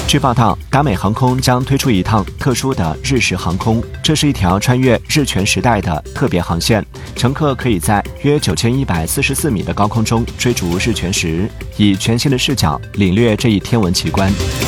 据报道，达美航空将推出一趟特殊的日食航空，这是一条穿越日全时代的特别航线，乘客可以在约9144米的高空中追逐日全食，以全新的视角领略这一天文奇观。